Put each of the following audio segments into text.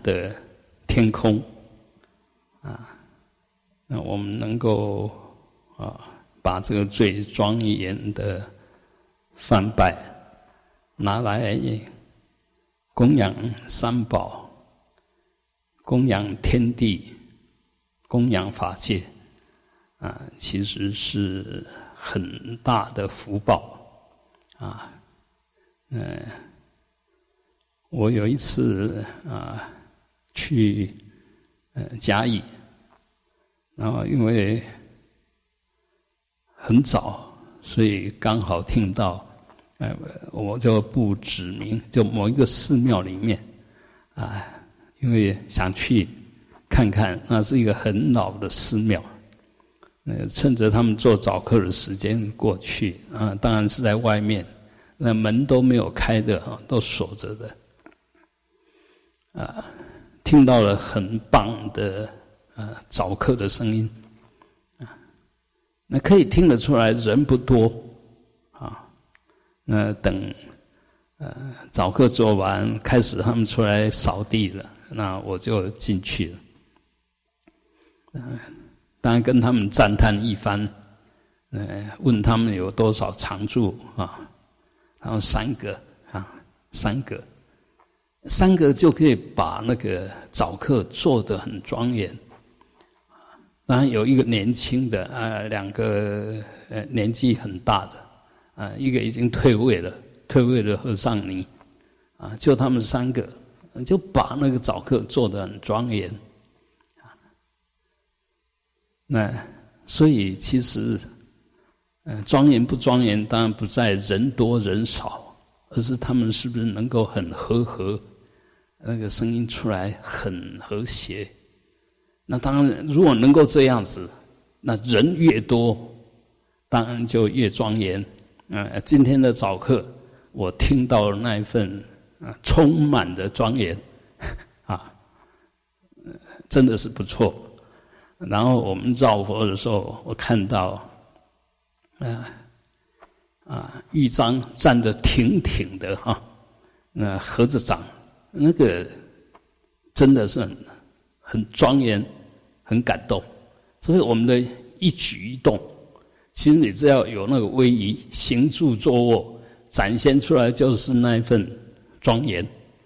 的天空啊，那我们能够把这个最庄严的梵拜拿来供养三宝，供养天地，供养法界啊，其实是很大的福报啊。我有一次去嘉义，然后因为很早，所以刚好听到，我就不指名，就某一个寺庙里面因为想去看看，那是一个很老的寺庙，趁着他们做早课的时间过去当然是在外面，那门都没有开的都锁着的。听到了很棒的早课的声音那可以听得出来人不多那等早课做完，开始他们出来扫地了，那我就进去了。当然跟他们赞叹一番，问他们有多少常住然后3个就可以把那个早课做得很庄严。当然有一个年轻的2个年纪很大的一个已经退位了和尚尼就他们3个就把那个早课做得很庄严那所以其实庄严不庄严当然不在人多人少，而是他们是不是能够很和那个声音出来很和谐。那当然如果能够这样子，那人越多当然就越庄严。今天的早课我听到了那一份充满的庄严真的是不错。然后我们绕佛的时候，我看到玉章站得挺挺的那合着掌，那个真的是很庄严，很感动。所以我们的一举一动，其实你只要有那个威仪，行住坐卧展现出来，就是那一份庄严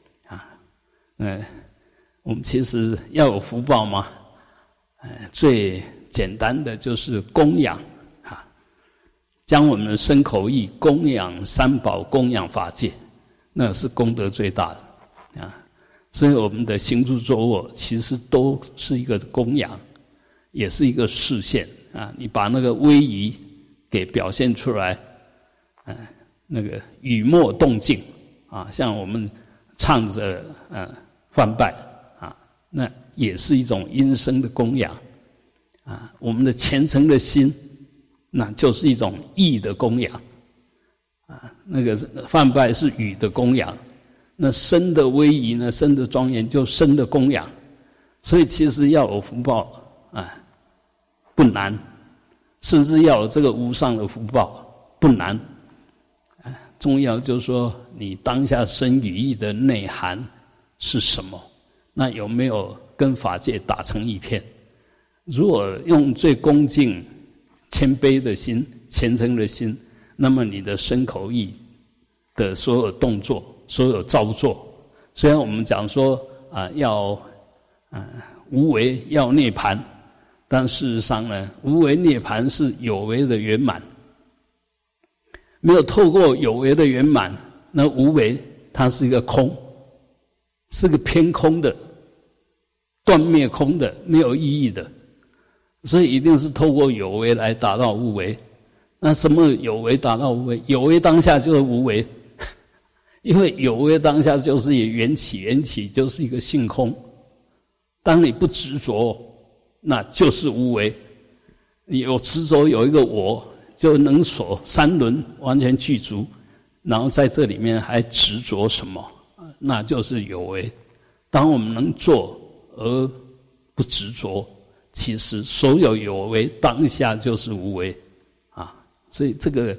我们其实要有福报嘛，最简单的就是供养将我们的身口意供养三宝，供养法界，那是功德最大的所以我们的行住坐卧其实都是一个供养，也是一个示现你把那个威仪给表现出来那个语默动静像我们唱着梵拜那也是一种音声的供养我们的虔诚的心，那就是一种意的供养那个梵拜是语的供养，那身的威仪呢，身的庄严就身的供养。所以其实要有福报不难，甚至要有这个无上的福报不难重要就是说你当下身语意的内涵是什么，那有没有跟法界打成一片。如果用最恭敬谦卑的心，虔诚的心，那么你的身口意的所有动作，所有造作，虽然我们讲说要无为，要涅槃，但事实上呢，无为涅槃是有为的圆满，没有透过有为的圆满，那无为它是一个空，是个偏空的，断灭空的，没有意义的。所以一定是透过有为来达到无为。那什么有为达到无为？有为当下就是无为，因为有为当下就是一个缘起，缘起就是一个性空。当你不执着，那就是无为。你有执着，有一个我，就能所三轮完全具足，然后在这里面还执着什么？那就是有为。当我们能做而不执着，其实所有有为当下就是无为所以这个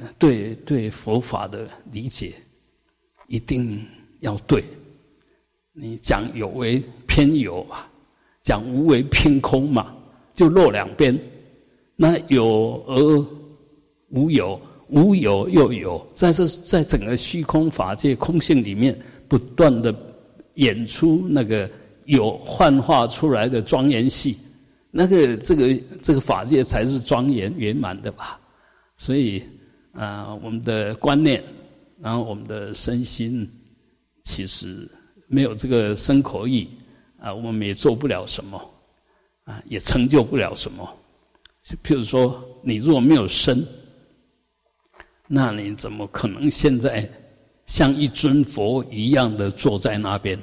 对佛法的理解一定要对你讲有为偏有嘛，讲无为偏空嘛，就落两边。那有而无有，无有又有，在整个虚空法界空性里面，不断的演出那个有幻化出来的庄严戏，那个这个法界才是庄严圆满的吧。所以我们的观念，然后我们的身心，其实没有这个身口意我们也做不了什么也成就不了什么。譬如说，你如果没有身，那你怎么可能现在像一尊佛一样的坐在那边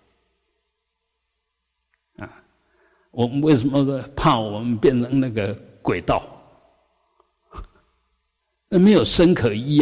我们为什么怕我们变成那个鬼道？那没有身可依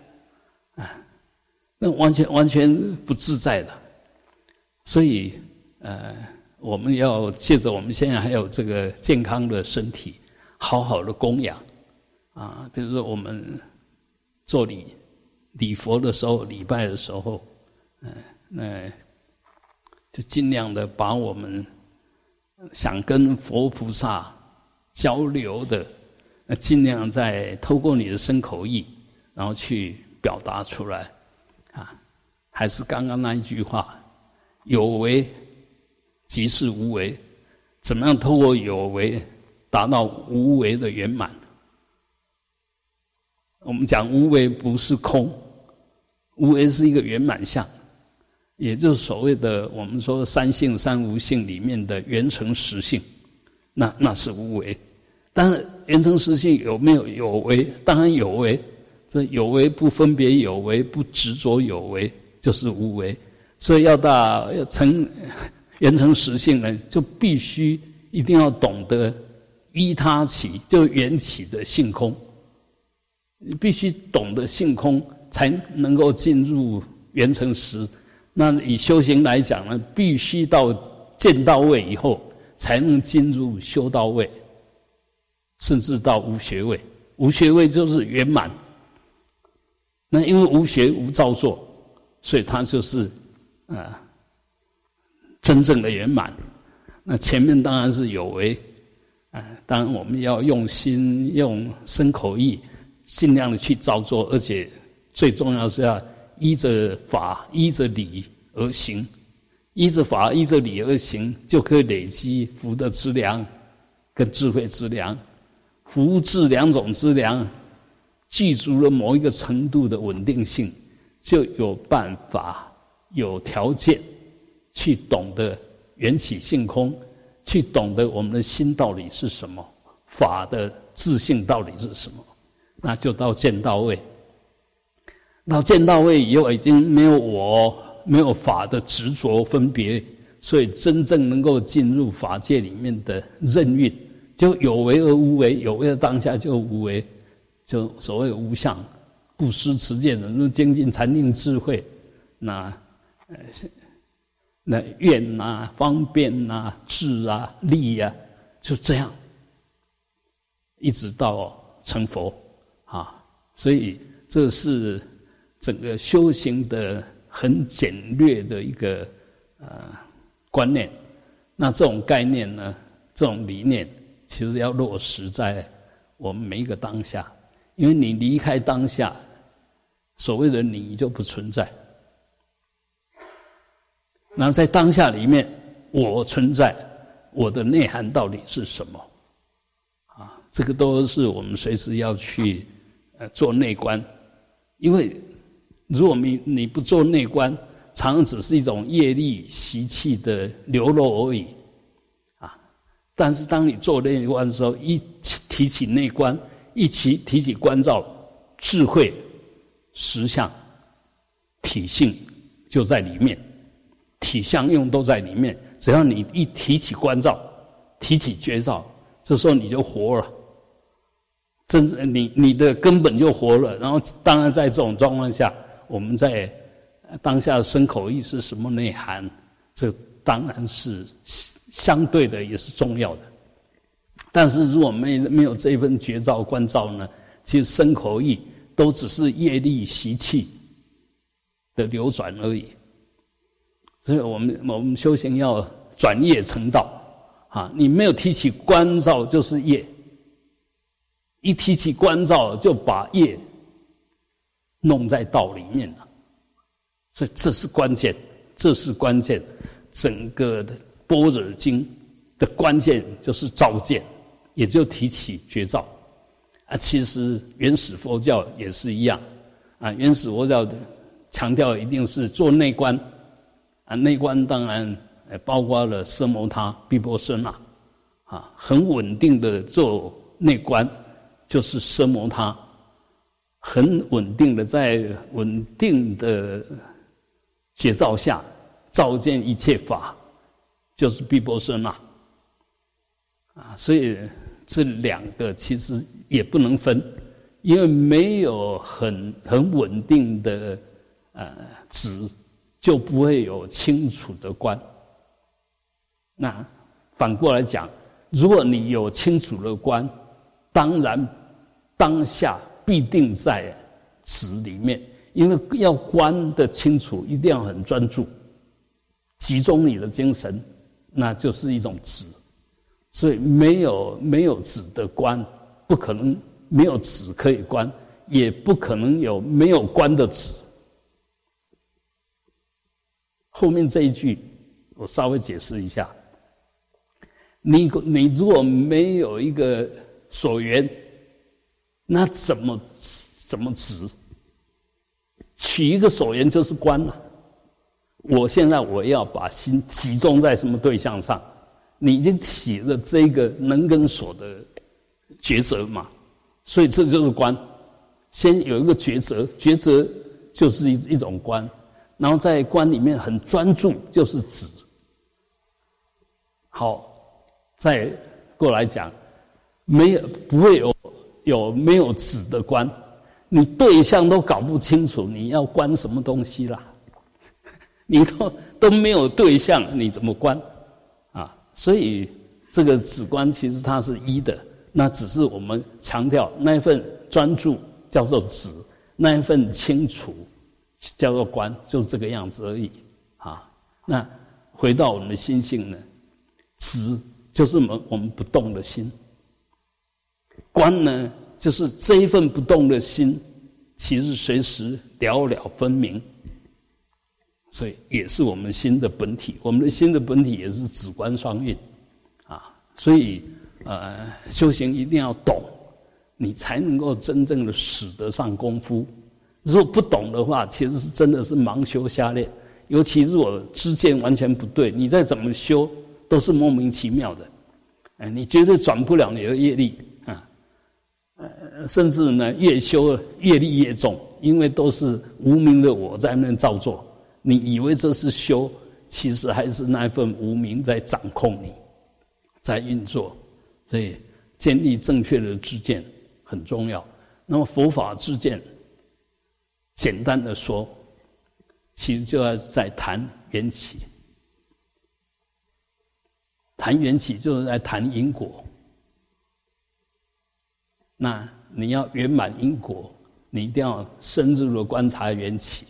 那完全不自在的。所以我们要借着我们现在还有这个健康的身体，好好的供养比如说我们做礼佛的时候，礼拜的时候那就尽量的把我们想跟佛菩萨交流的尽量在透过你的身口意然后去表达出来还是刚刚那一句话，有为即是无为，怎么样透过有为达到无为的圆满。我们讲无为不是空，无为是一个圆满相，也就是所谓的我们说三性三无性里面的圆成实性，那是无为。当然圆成实性有没有有为？当然有为，这有为不分别有为，不执着有为，就是无为。所以要成圆成实性呢，就必须一定要懂得依他起，就缘起的性空。你必须懂得性空，才能够进入圆成实。那以修行来讲呢，必须到见到位以后，才能进入修到位，甚至到无学位。无学位就是圆满。那因为无学无造作，所以它就是真正的圆满。那前面当然是有为当然我们要用心用身口意尽量的去造作，而且最重要是要依着法依着理而行，依着法依着理而行，就可以累积福德资粮跟智慧资粮。福智两种资粮具足了某一个程度的稳定性，就有办法有条件去懂得缘起性空，去懂得我们的心到底是什么，法的自性到底是什么，那就到见到位。到见到位以后，已经没有我没有法的执着分别，所以真正能够进入法界里面的任运，就有为而无为，有为的当下就无为，就所谓无相，布施持戒忍辱精进禅定智慧，那愿方便智力就这样一直到成佛所以这是整个修行的很简略的一个观念。那这种概念呢，这种理念其实要落实在我们每一个当下，因为你离开当下，所谓的你就不存在。那在当下里面，我存在，我的内涵到底是什么这个都是我们随时要去做内观。因为如果你不做内观，常常只是一种业力习气的流露而已但是当你做内观的时候，一提起内观，一提起观照，智慧实相体性就在里面，体相用都在里面。只要你一提起观照，提起觉照，这时候你就活了，真正你的根本就活了。然后当然在这种状况下，我们在当下的身口意是什么内涵，这当然是相对的也是重要的。但是如果没有这份觉照观照呢，其实身口意都只是业力习气的流转而已。 所以我们修行要转业成道啊！你没有提起观照就是业，一提起观照就把业弄在道里面了，所以这是关键，这是关键。整个的般若经的关键就是照见，也就提起觉照啊。其实原始佛教也是一样啊，原始佛教的强调一定是做内观啊，内观当然包括了奢摩他、毗婆舍那啊，很稳定的做内观就是奢摩他，很稳定的在稳定的觉照下照见一切法，就是毗婆舍那啊。所以这两个其实也不能分，因为没有很稳定的止，就不会有清楚的观。那反过来讲，如果你有清楚的观，当然当下必定在止里面，因为要观的清楚，一定要很专注，集中你的精神，那就是一种止。所以没有止的观，不可能没有止可以观，也不可能有没有观的止。后面这一句我稍微解释一下，你如果没有一个所缘，那怎么止？取一个所缘就是观了。我现在我要把心集中在什么对象上？你已经起了这个能跟所的抉择嘛，所以这就是观。先有一个抉择，抉择就是一种观，然后在观里面很专注，就是止。好，再过来讲，不会有没有止的观，你对象都搞不清楚，你要观什么东西啦？你都没有对象，你怎么观啊？所以这个止观其实它是一的，那只是我们强调那一份专注叫做止，那一份清楚叫做观，就这个样子而已啊。那回到我们的心性呢，止就是我们不动的心，观呢就是这一份不动的心，其实随时了了分明。所以也是我们心的本体，我们的心的本体也是止观双运啊。所以修行一定要懂，你才能够真正的使得上功夫。如果不懂的话，其实是真的是盲修瞎练。尤其如果知见完全不对，你再怎么修都是莫名其妙的，你绝对转不了你的业力啊。甚至呢，越修业力越重，因为都是无明的我在那边造作。你以为这是修，其实还是那一份无明在掌控你，在运作。所以建立正确的知见很重要。那么佛法知见，简单的说，其实就要在谈缘起。谈缘起就是在谈因果。那你要圆满因果，你一定要深入的观察缘起。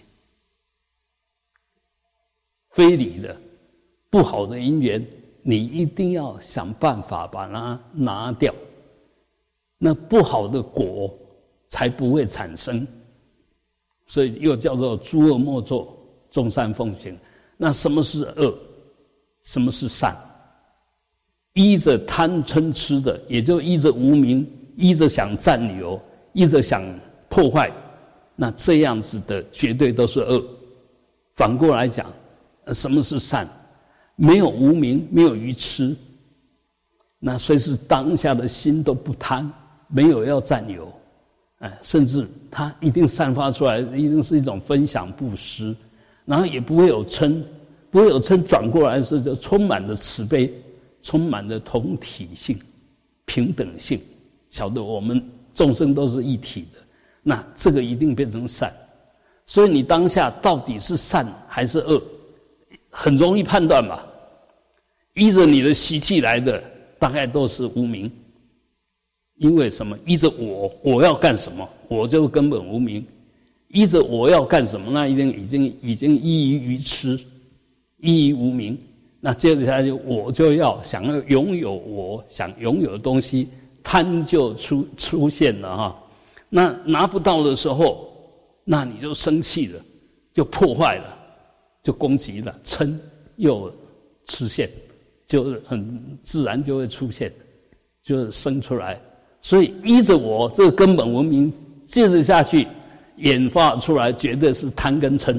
非理的不好的因缘，你一定要想办法把它拿掉，那不好的果才不会产生。所以又叫做诸恶莫作，众善奉行。那什么是恶？什么是善？依着贪嗔痴的，也就依着无明，依着想占有，依着想破坏，那这样子的绝对都是恶。反过来讲，什么是善？没有无明，没有愚痴，那随时当下的心都不贪，没有要占有，甚至它一定散发出来，一定是一种分享布施，然后也不会有嗔，不会有嗔，转过来是就充满了慈悲，充满了同体性、平等性，晓得我们众生都是一体的，那这个一定变成善。所以你当下到底是善还是恶，很容易判断吧。依着你的习气来的，大概都是无明。因为什么？依着我要干什么，我就根本无明。依着我要干什么，那已经依于愚痴， 依无明。那接着下去，我就要想要拥有我想拥有的东西，贪就出现了哈。那拿不到的时候，那你就生气了，就破坏了，就攻击了，嗔又出现，就很自然就会出现，就生出来。所以依着我这个根本文明，接着下去演化出来，绝对是贪跟嗔。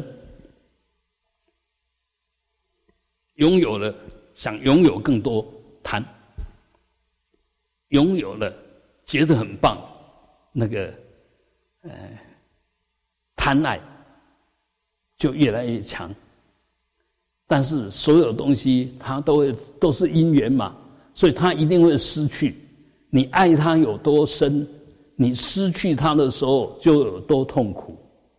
拥有了，想拥有更多，贪；拥有了，觉得很棒，那个贪爱就越来越强。但是所有东西它都是因缘嘛，所以它一定会失去。你爱它有多深，你失去它的时候就有多痛苦。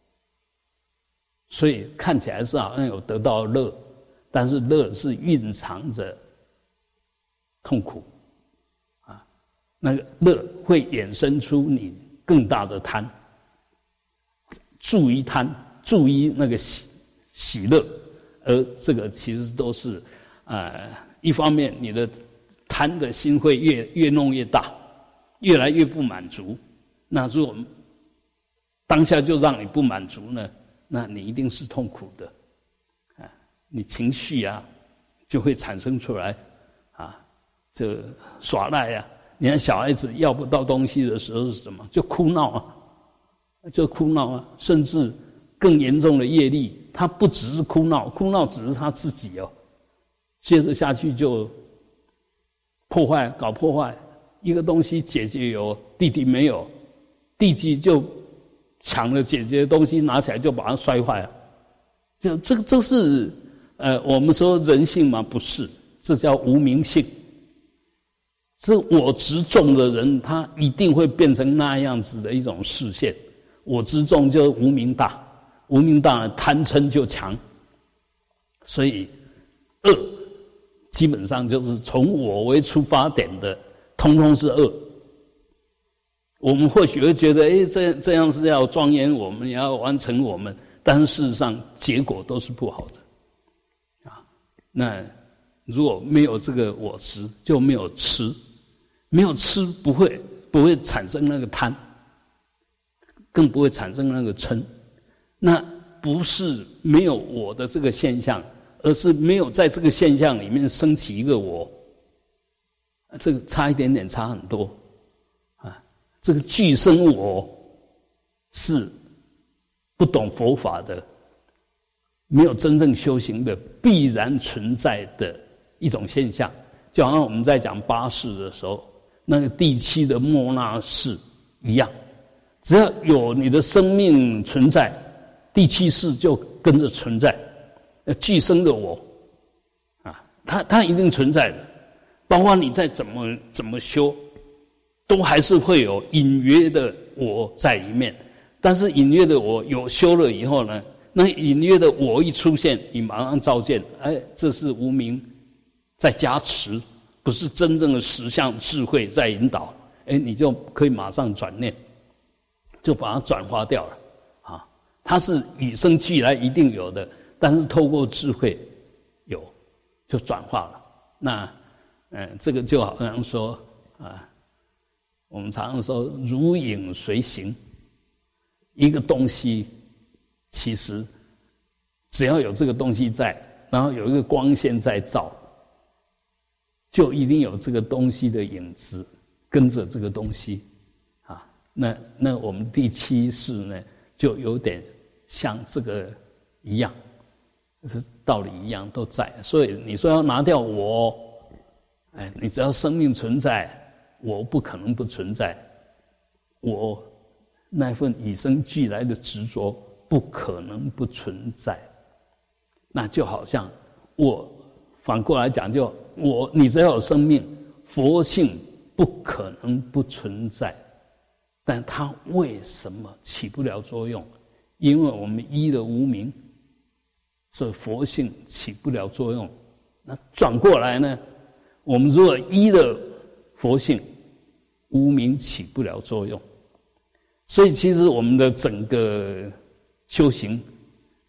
所以看起来是好像有得到乐，但是乐是蕴藏着痛苦啊。那个乐会衍生出你更大的贪，注意贪，注意那个喜乐，而这个其实都是一方面你的贪的心会越弄越大，越来越不满足。那如果当下就让你不满足呢，那你一定是痛苦的啊！你情绪啊就会产生出来啊，这耍赖啊！你看小孩子要不到东西的时候是什么？就哭闹啊，就哭闹啊，甚至更严重的业力，他不只是哭闹，哭闹只是他自己哦，接着下去就破坏，搞破坏。一个东西姐姐有，弟弟没有，弟弟就抢了姐姐的东西，拿起来就把它摔坏了。就这是我们说人性吗？不是，这叫无明性。这我执重的人，他一定会变成那样子的一种视线。我执重就是无明大，无明大贪嗔就强，所以恶基本上就是从我为出发点的，通通是恶。我们或许会觉得，这样是要庄严我们，也要完成我们，但是事实上结果都是不好的啊。那如果没有这个我执，就没有痴，没有痴不会产生那个贪，更不会产生那个嗔。那不是没有我的这个现象，而是没有在这个现象里面升起一个我。这个差一点点，差很多啊！这个具生我是不懂佛法的，没有真正修行的必然存在的一种现象。就好像我们在讲八识的时候，那个第七的末那识一样，只要有你的生命存在，第七识就跟着存在。具生的我啊，它一定存在的。包括你再怎么修，都还是会有隐约的我在里面。但是隐约的我有修了以后呢，那隐约的我一出现，你马上照见，这是无明在加持，不是真正的实相智慧在引导。你就可以马上转念，就把它转化掉了啊！它是与生俱来一定有的，但是透过智慧有就转化了。那这个就好像说啊，我们常常说如影随形，一个东西其实只要有这个东西在，然后有一个光线在照，就一定有这个东西的影子跟着这个东西啊。那我们第七识呢，就有点像这个一样，这道理一样都在。所以你说要拿掉我，你只要生命存在，我不可能不存在。我那份与生俱来的执着不可能不存在。那就好像我反过来讲，就你只要有生命，佛性不可能不存在。但它为什么起不了作用？因为我们依了无明，所以佛性起不了作用。那转过来呢，我们如果依了佛性，无明起不了作用。所以其实我们的整个修行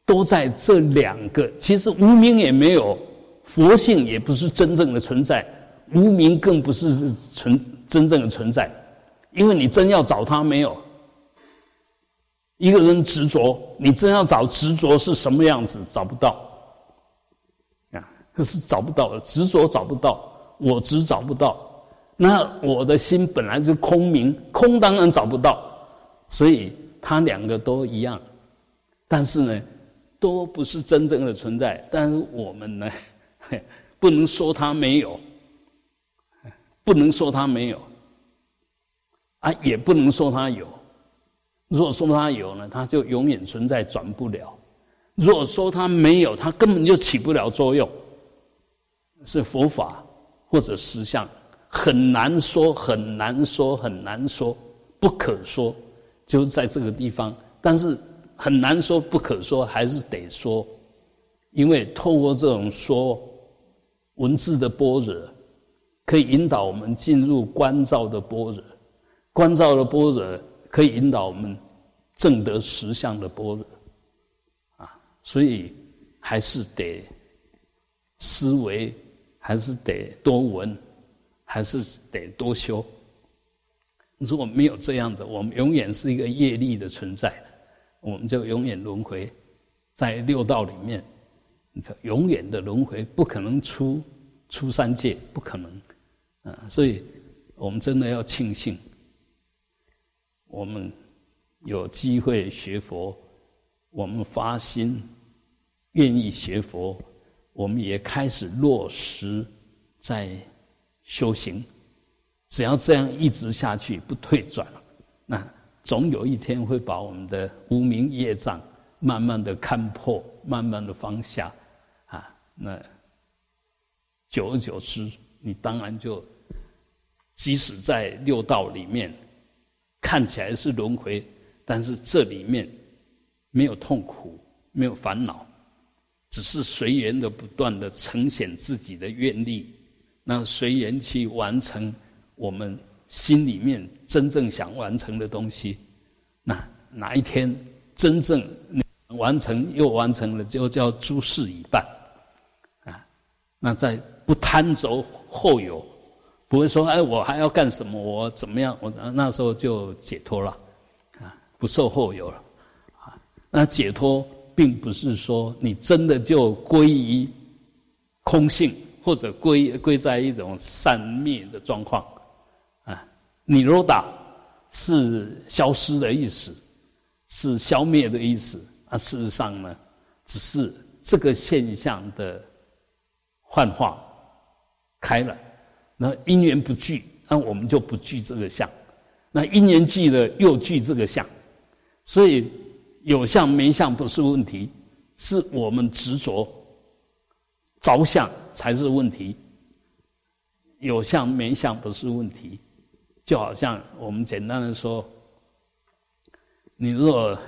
都在这两个。其实无明也没有，佛性也不是真正的存在，无明更不是真正的存在，因为你真要找它没有。一个人执着，你真要找执着是什么样子，找不到啊，是找不到的。执着找不到，我执找不到，那我的心本来就空明，空当然找不到，所以它两个都一样，但是呢，都不是真正的存在。但是我们呢，不能说它没有，不能说它没有，啊，也不能说它有。如果说它有呢，它就永远存在，转不了；如果说它没有，它根本就起不了作用。是佛法或者实相，很难说，很难说，很难说，不可说，就是在这个地方。但是很难说，不可说，还是得说，因为透过这种说，文字的般若，可以引导我们进入观照的般若，观照的般若可以引导我们证得实相的般若啊，所以还是得思维，还是得多闻，还是得多修。如果没有这样子，我们永远是一个业力的存在，我们就永远轮回在六道里面，永远的轮回，不可能出三界，不可能啊！所以我们真的要庆幸，我们有机会学佛，我们发心愿意学佛，我们也开始落实在修行。只要这样一直下去，不退转，那总有一天会把我们的无明业障慢慢的看破，慢慢的放下啊。那久而久之，你当然就即使在六道里面看起来是轮回，但是这里面没有痛苦，没有烦恼，只是随缘的不断的呈现自己的愿力，那随缘去完成我们心里面真正想完成的东西。那哪一天真正完成又完成了，就叫诸事已办啊。那在不贪着后有，不会说哎我还要干什么，我怎么样，我那时候就解脱了啊，不受后有了啊。那解脱并不是说你真的就归于空性，或者归在一种散灭的状况啊。尼罗达是消失的意思，是消灭的意思啊。事实上呢，只是这个现象的幻化开了，那因缘不具，那我们就不具这个相；那因缘具了，又具这个相。所以有相没相不是问题，是我们执着着相才是问题。有相没相不是问题，就好像我们简单的说，你若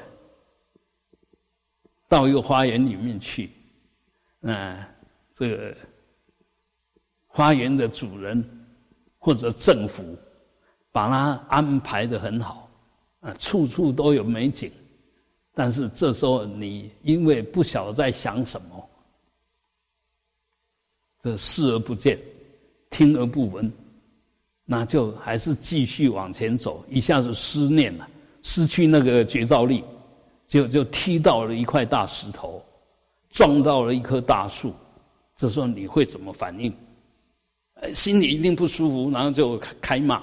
到一个花园里面去，这个花园的主人或者政府把它安排得很好啊，处处都有美景，但是这时候你因为不晓得在想什么，这视而不见，听而不闻，那就还是继续往前走，一下子失念了，失去那个觉照力，就踢到了一块大石头，撞到了一棵大树，这时候你会怎么反应？心里一定不舒服，然后就开骂。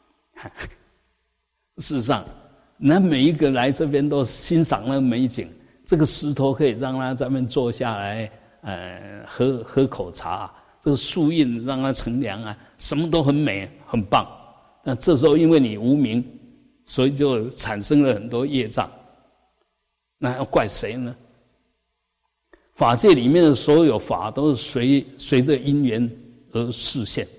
事实上，那每一个来这边都欣赏那个美景，这个石头可以让他在那边坐下来，喝口茶，这个树荫让他乘凉啊，什么都很美很棒。那这时候因为你无明，所以就产生了很多业障，那要怪谁呢？法界里面的所有法都是随着因缘而示现，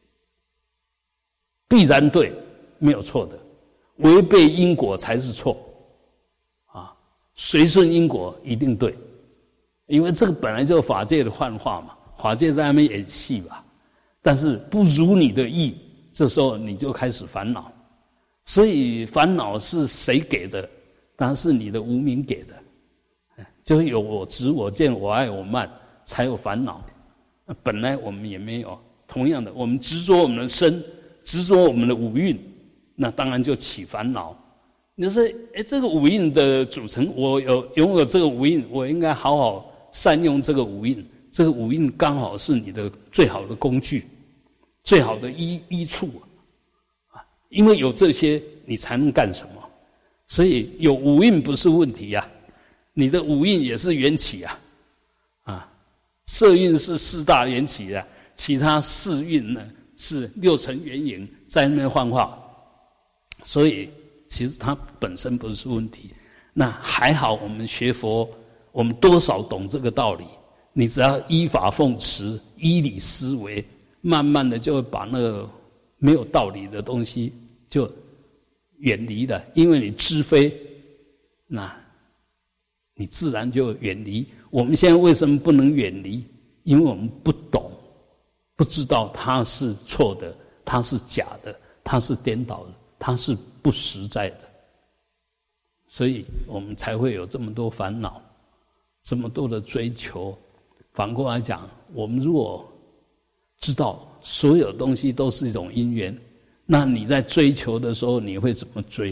必然对，没有错的。违背因果才是错啊！随顺因果一定对，因为这个本来就是法界的幻化嘛，法界在那边演戏吧。但是不如你的意，这时候你就开始烦恼。所以烦恼是谁给的？当然是你的无明给的。 就有我执、我见、我爱、我慢，才有烦恼。本来我们也没有。同样的，我们执着我们的身，执着我们的五蕴，那当然就起烦恼。你说，这个五蕴的组成，我拥有这个五蕴，我应该好好善用这个五蕴。这个五蕴刚好是你的最好的工具，最好的依处啊！因为有这些，你才能干什么？所以有五蕴不是问题呀，你的五蕴也是缘起啊！色蕴是四大缘起的。其他四蕴呢是六尘缘影在那边幻化，所以其实它本身不是问题。那还好，我们学佛，我们多少懂这个道理。你只要依法奉持，依理思维，慢慢的就会把那个没有道理的东西就远离了。因为你知非，那你自然就远离。我们现在为什么不能远离？因为我们不懂。不知道它是错的，它是假的，它是颠倒的，它是不实在的，所以我们才会有这么多烦恼，这么多的追求。反过来讲，我们如果知道所有东西都是一种因缘，那你在追求的时候，你会怎么追？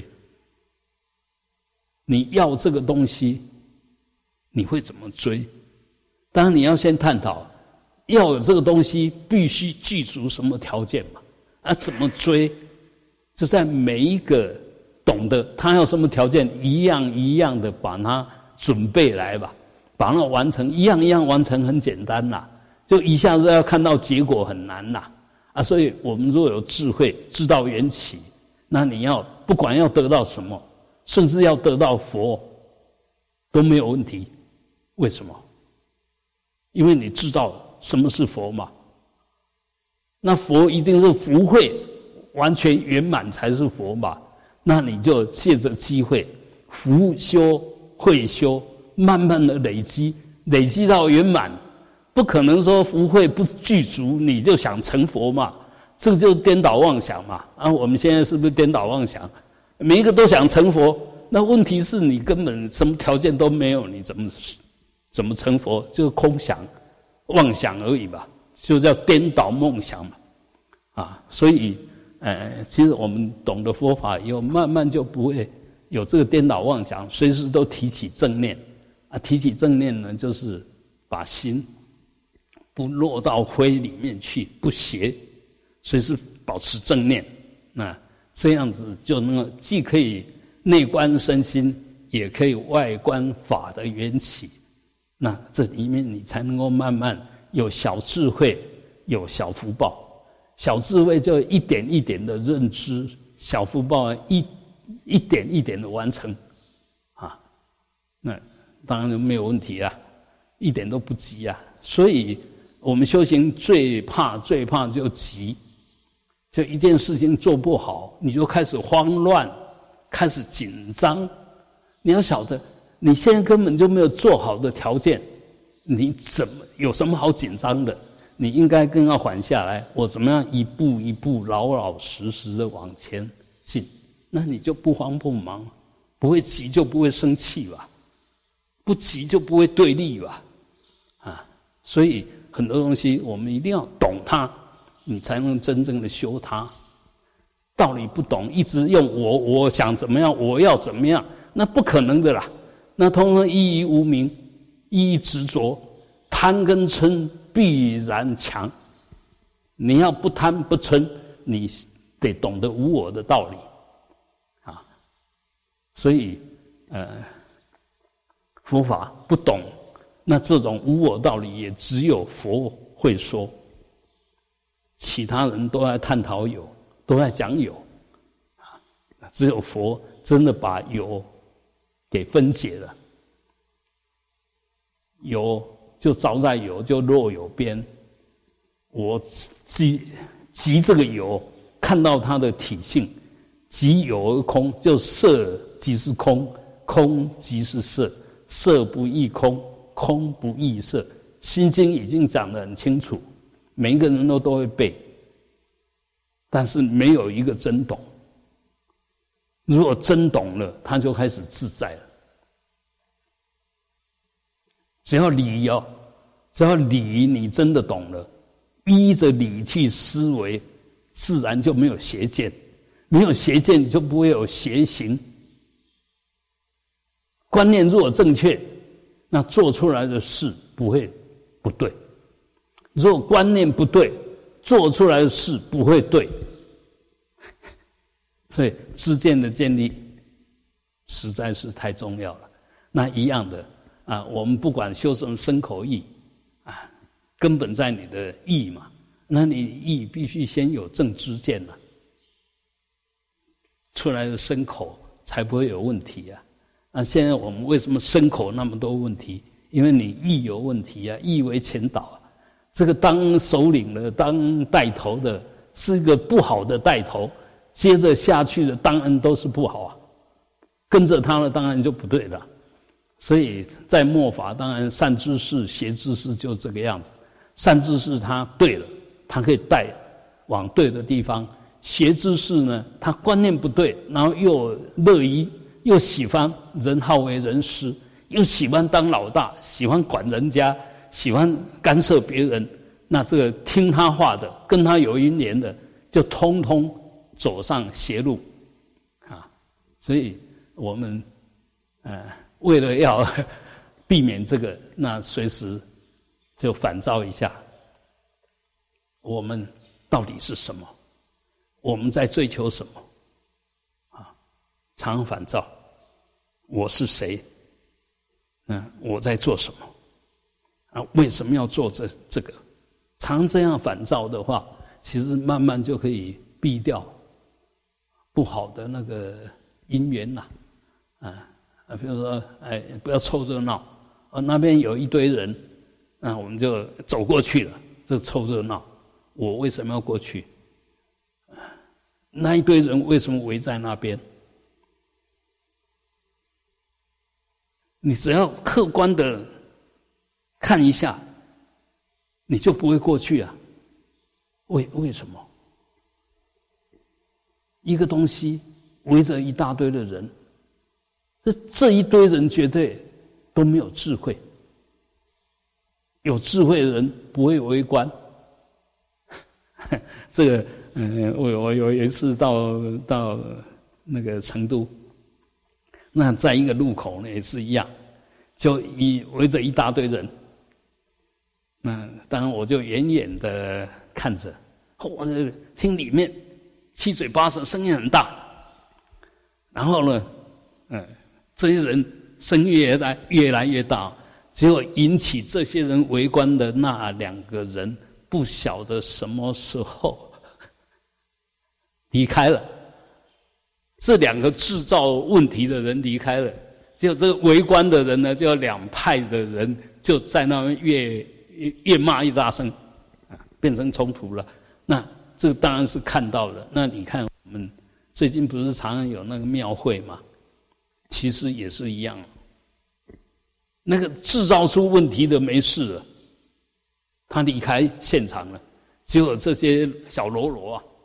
你要这个东西，你会怎么追？当然你要先探讨。要有这个东西，必须具足什么条件嘛？怎么追？就在每一个懂得他要什么条件，一样一样的把它准备来吧，把它完成，一样一样完成，很简单啦。就一下子要看到结果很难啦。所以我们如果有智慧，知道缘起，那你要不管要得到什么，甚至要得到佛，都没有问题。为什么？因为你知道什么是佛嘛？那佛一定是福慧完全圆满才是佛嘛？那你就借着机会，福修慧修，慢慢的累积到圆满。不可能说福慧不具足，你就想成佛嘛？这个就是颠倒妄想嘛！我们现在是不是颠倒妄想？每一个都想成佛，那问题是你根本什么条件都没有，你怎么成佛？就是空想。妄想而已吧，就叫颠倒梦想嘛，所以，其实我们懂得佛法以后，慢慢就不会有这个颠倒妄想，随时都提起正念，提起正念呢，就是把心不落到灰里面去，不邪，随时保持正念，那这样子就能够既可以内观身心，也可以外观法的缘起。那这里面你才能够慢慢有小智慧，有小福报。小智慧就一点一点的认知，小福报一点一点的完成，那当然就没有问题啊，一点都不急啊。所以我们修行最怕就急，就一件事情做不好，你就开始慌乱，开始紧张。你要晓得。你现在根本就没有做好的条件，你有什么好紧张的？你应该更要缓下来，我怎么样一步一步老老实实的往前进，那你就不慌不忙，不会急就不会生气吧，不急就不会对立吧，所以很多东西我们一定要懂它，你才能真正的修它。道理不懂，一直用我想怎么样，我要怎么样，那不可能的啦。那通常依于无明，依于执着，贪跟嗔必然强。你要不贪不嗔，你得懂得无我的道理所以佛法不懂，那这种无我道理也只有佛会说，其他人都在探讨有，都在讲有只有佛真的把有给分解了，有就着在有，就若有边。我即这个有，看到它的体性，即有而空，就色即是空，空即是色，色不异空，空不异色。心经已经讲得很清楚，每一个人都会背，但是没有一个真懂。如果真懂了，他就开始自在了。 只要理哦，只要理你真的懂了，依着理去思维，自然就没有邪见，没有邪见就不会有邪行。观念如果正确，那做出来的事不会不对；如果观念不对，做出来的事不会对。所以知见的建立实在是太重要了。那一样的啊，我们不管修什么身口意啊，根本在你的意嘛。那你意必须先有正知见嘛，出来的身口才不会有问题啊。那现在我们为什么身口那么多问题？因为你意有问题啊，意为前导啊。这个当首领的、当带头的，是一个不好的带头，接着下去的当然都是不好啊，跟着他的当然就不对了。所以在末法，当然善知识、邪知识就这个样子。善知识他对了，他可以带往对的地方；邪知识呢，他观念不对，然后又乐于又喜欢人好为人师，又喜欢当老大，喜欢管人家，喜欢干涉别人。那这个听他话的，跟他有因缘的，就通通走上邪路啊！所以我们为了要避免这个，那随时就反照一下，我们到底是什么？我们在追求什么？啊，常反照，我是谁？我在做什么？啊，为什么要做这个？常这样反照的话，其实慢慢就可以避掉不好的那个因缘啦。比如说，不要凑热闹，那边有一堆人，那我们就走过去了，这凑热闹。我为什么要过去？那一堆人为什么围在那边？你只要客观的看一下，你就不会过去啊。为什么？一个东西围着一大堆的人，这一堆人绝对都没有智慧。有智慧的人不会围观。这个，我有一次到那个成都，那在一个路口呢也是一样，就围着一大堆人。那当然我就远远的看着，我就听里面七嘴八舌，声音很大。然后呢，这些人声音越来越大，结果引起这些人围观的那两个人，不晓得什么时候离开了。这两个制造问题的人离开了，就这个围观的人呢，就两派的人就在那边越骂越大声，变成冲突了。那这个当然是看到了。那你看我们最近不是常常有那个庙会吗？其实也是一样，那个制造出问题的没事了，他离开现场了，结果这些小喽啰啊，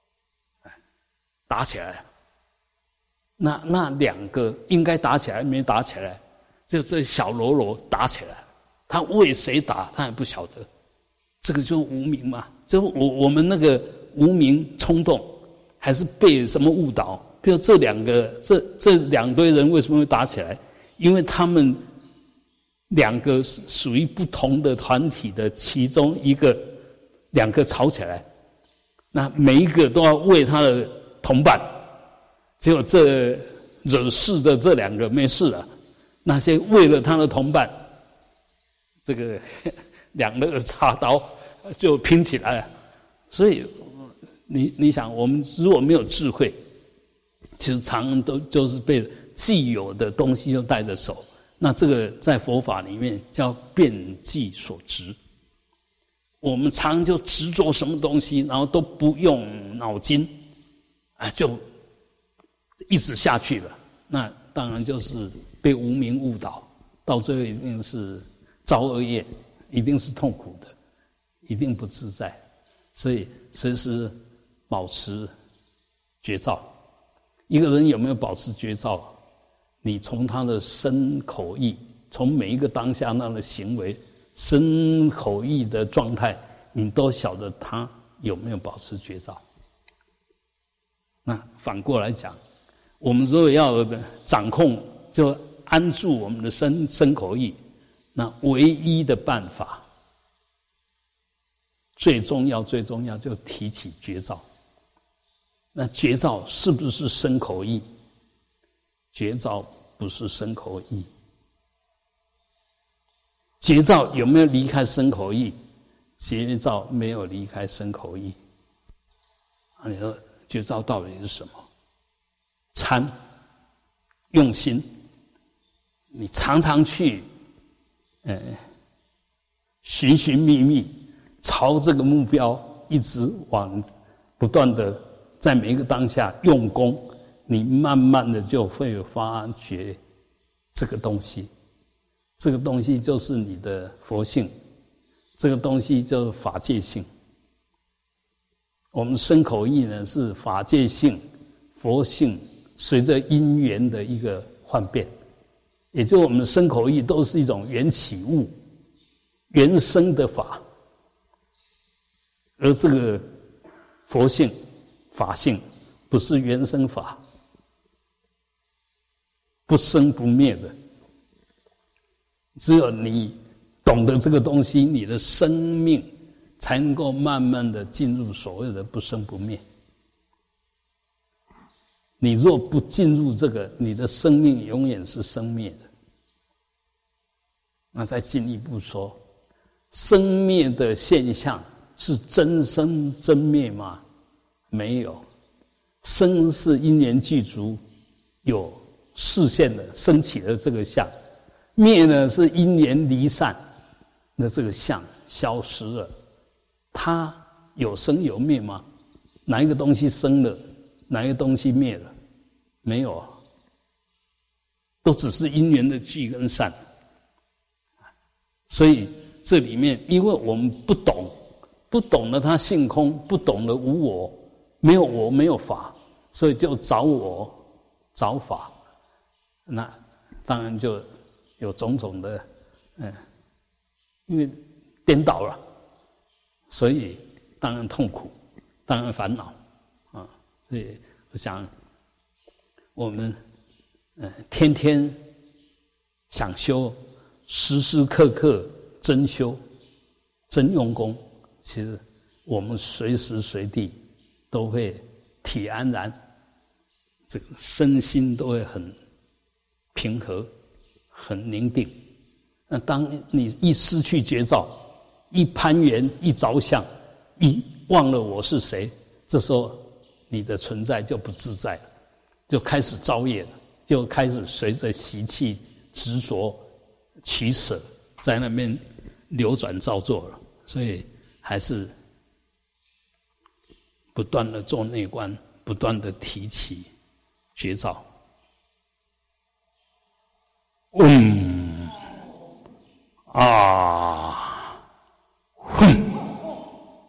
打起来了。那两个应该打起来没打起来，就这小喽啰打起来，他为谁打他也不晓得，这个就是无明嘛。就我们那个无明冲动，还是被什么误导？比如这两堆人为什么会打起来？因为他们两个属于不同的团体的其中两个吵起来，那每一个都要为他的同伴，结果这惹事的这两个没事了，那些为了他的同伴，这个两肋插刀就拼起来了。所以你想，我们如果没有智慧，其实常常都就是被既有的东西就带着走。那这个在佛法里面叫遍计所执。我们常常就执着什么东西，然后都不用脑筋，就一直下去了。那当然就是被无明误导，到最后一定是造恶业，一定是痛苦的，一定不自在。所以随时保持觉照。一个人有没有保持觉照？你从他的身口意从每一个当下那的行为、身口意的状态，你都晓得他有没有保持觉照。那反过来讲，我们如果要掌控，就安住我们的身口意，那唯一的办法，最重要就提起觉照。那觉照是不是身口意？觉照不是身口意。觉照有没有离开身口意？觉照没有离开身口意。你说觉照到底是什么？参，用心。你常常去寻寻觅觅，朝这个目标一直往不断的在每一个当下用功，你慢慢的就会发觉这个东西，这个东西就是你的佛性，这个东西就是法界性。我们身口意呢是法界性、佛性随着因缘的一个幻变，也就我们的身口意都是一种缘起物、原生的法，而这个佛性、法性不是原生法，不生不灭的。只有你懂得这个东西，你的生命才能够慢慢的进入所谓的不生不灭。你若不进入这个，你的生命永远是生灭的。那再进一步说，生灭的现象是真生真灭吗？没有。生是因缘具足，有视线的升起的这个相，灭呢是因缘离散的这个相消失了。它有生有灭吗？哪一个东西生了，哪一个东西灭了？没有啊，都只是因缘的聚跟散。所以这里面，因为我们不懂了它性空，不懂了无我，没有我，没有法，所以就找我，找法。那当然就有种种的，因为颠倒了，所以当然痛苦，当然烦恼啊。所以我想，我们天天想修，时时刻刻真修、真用功，其实我们随时随地都会体安然，这个身心都会很平和、很宁定。那当你一失去觉照，一攀缘，一着相，一忘了我是谁，这时候你的存在就不自在了，就开始造业了，就开始随着习气、执着、取舍，在那边流转造作了。所以还是不断的做内观，不断的提起觉照。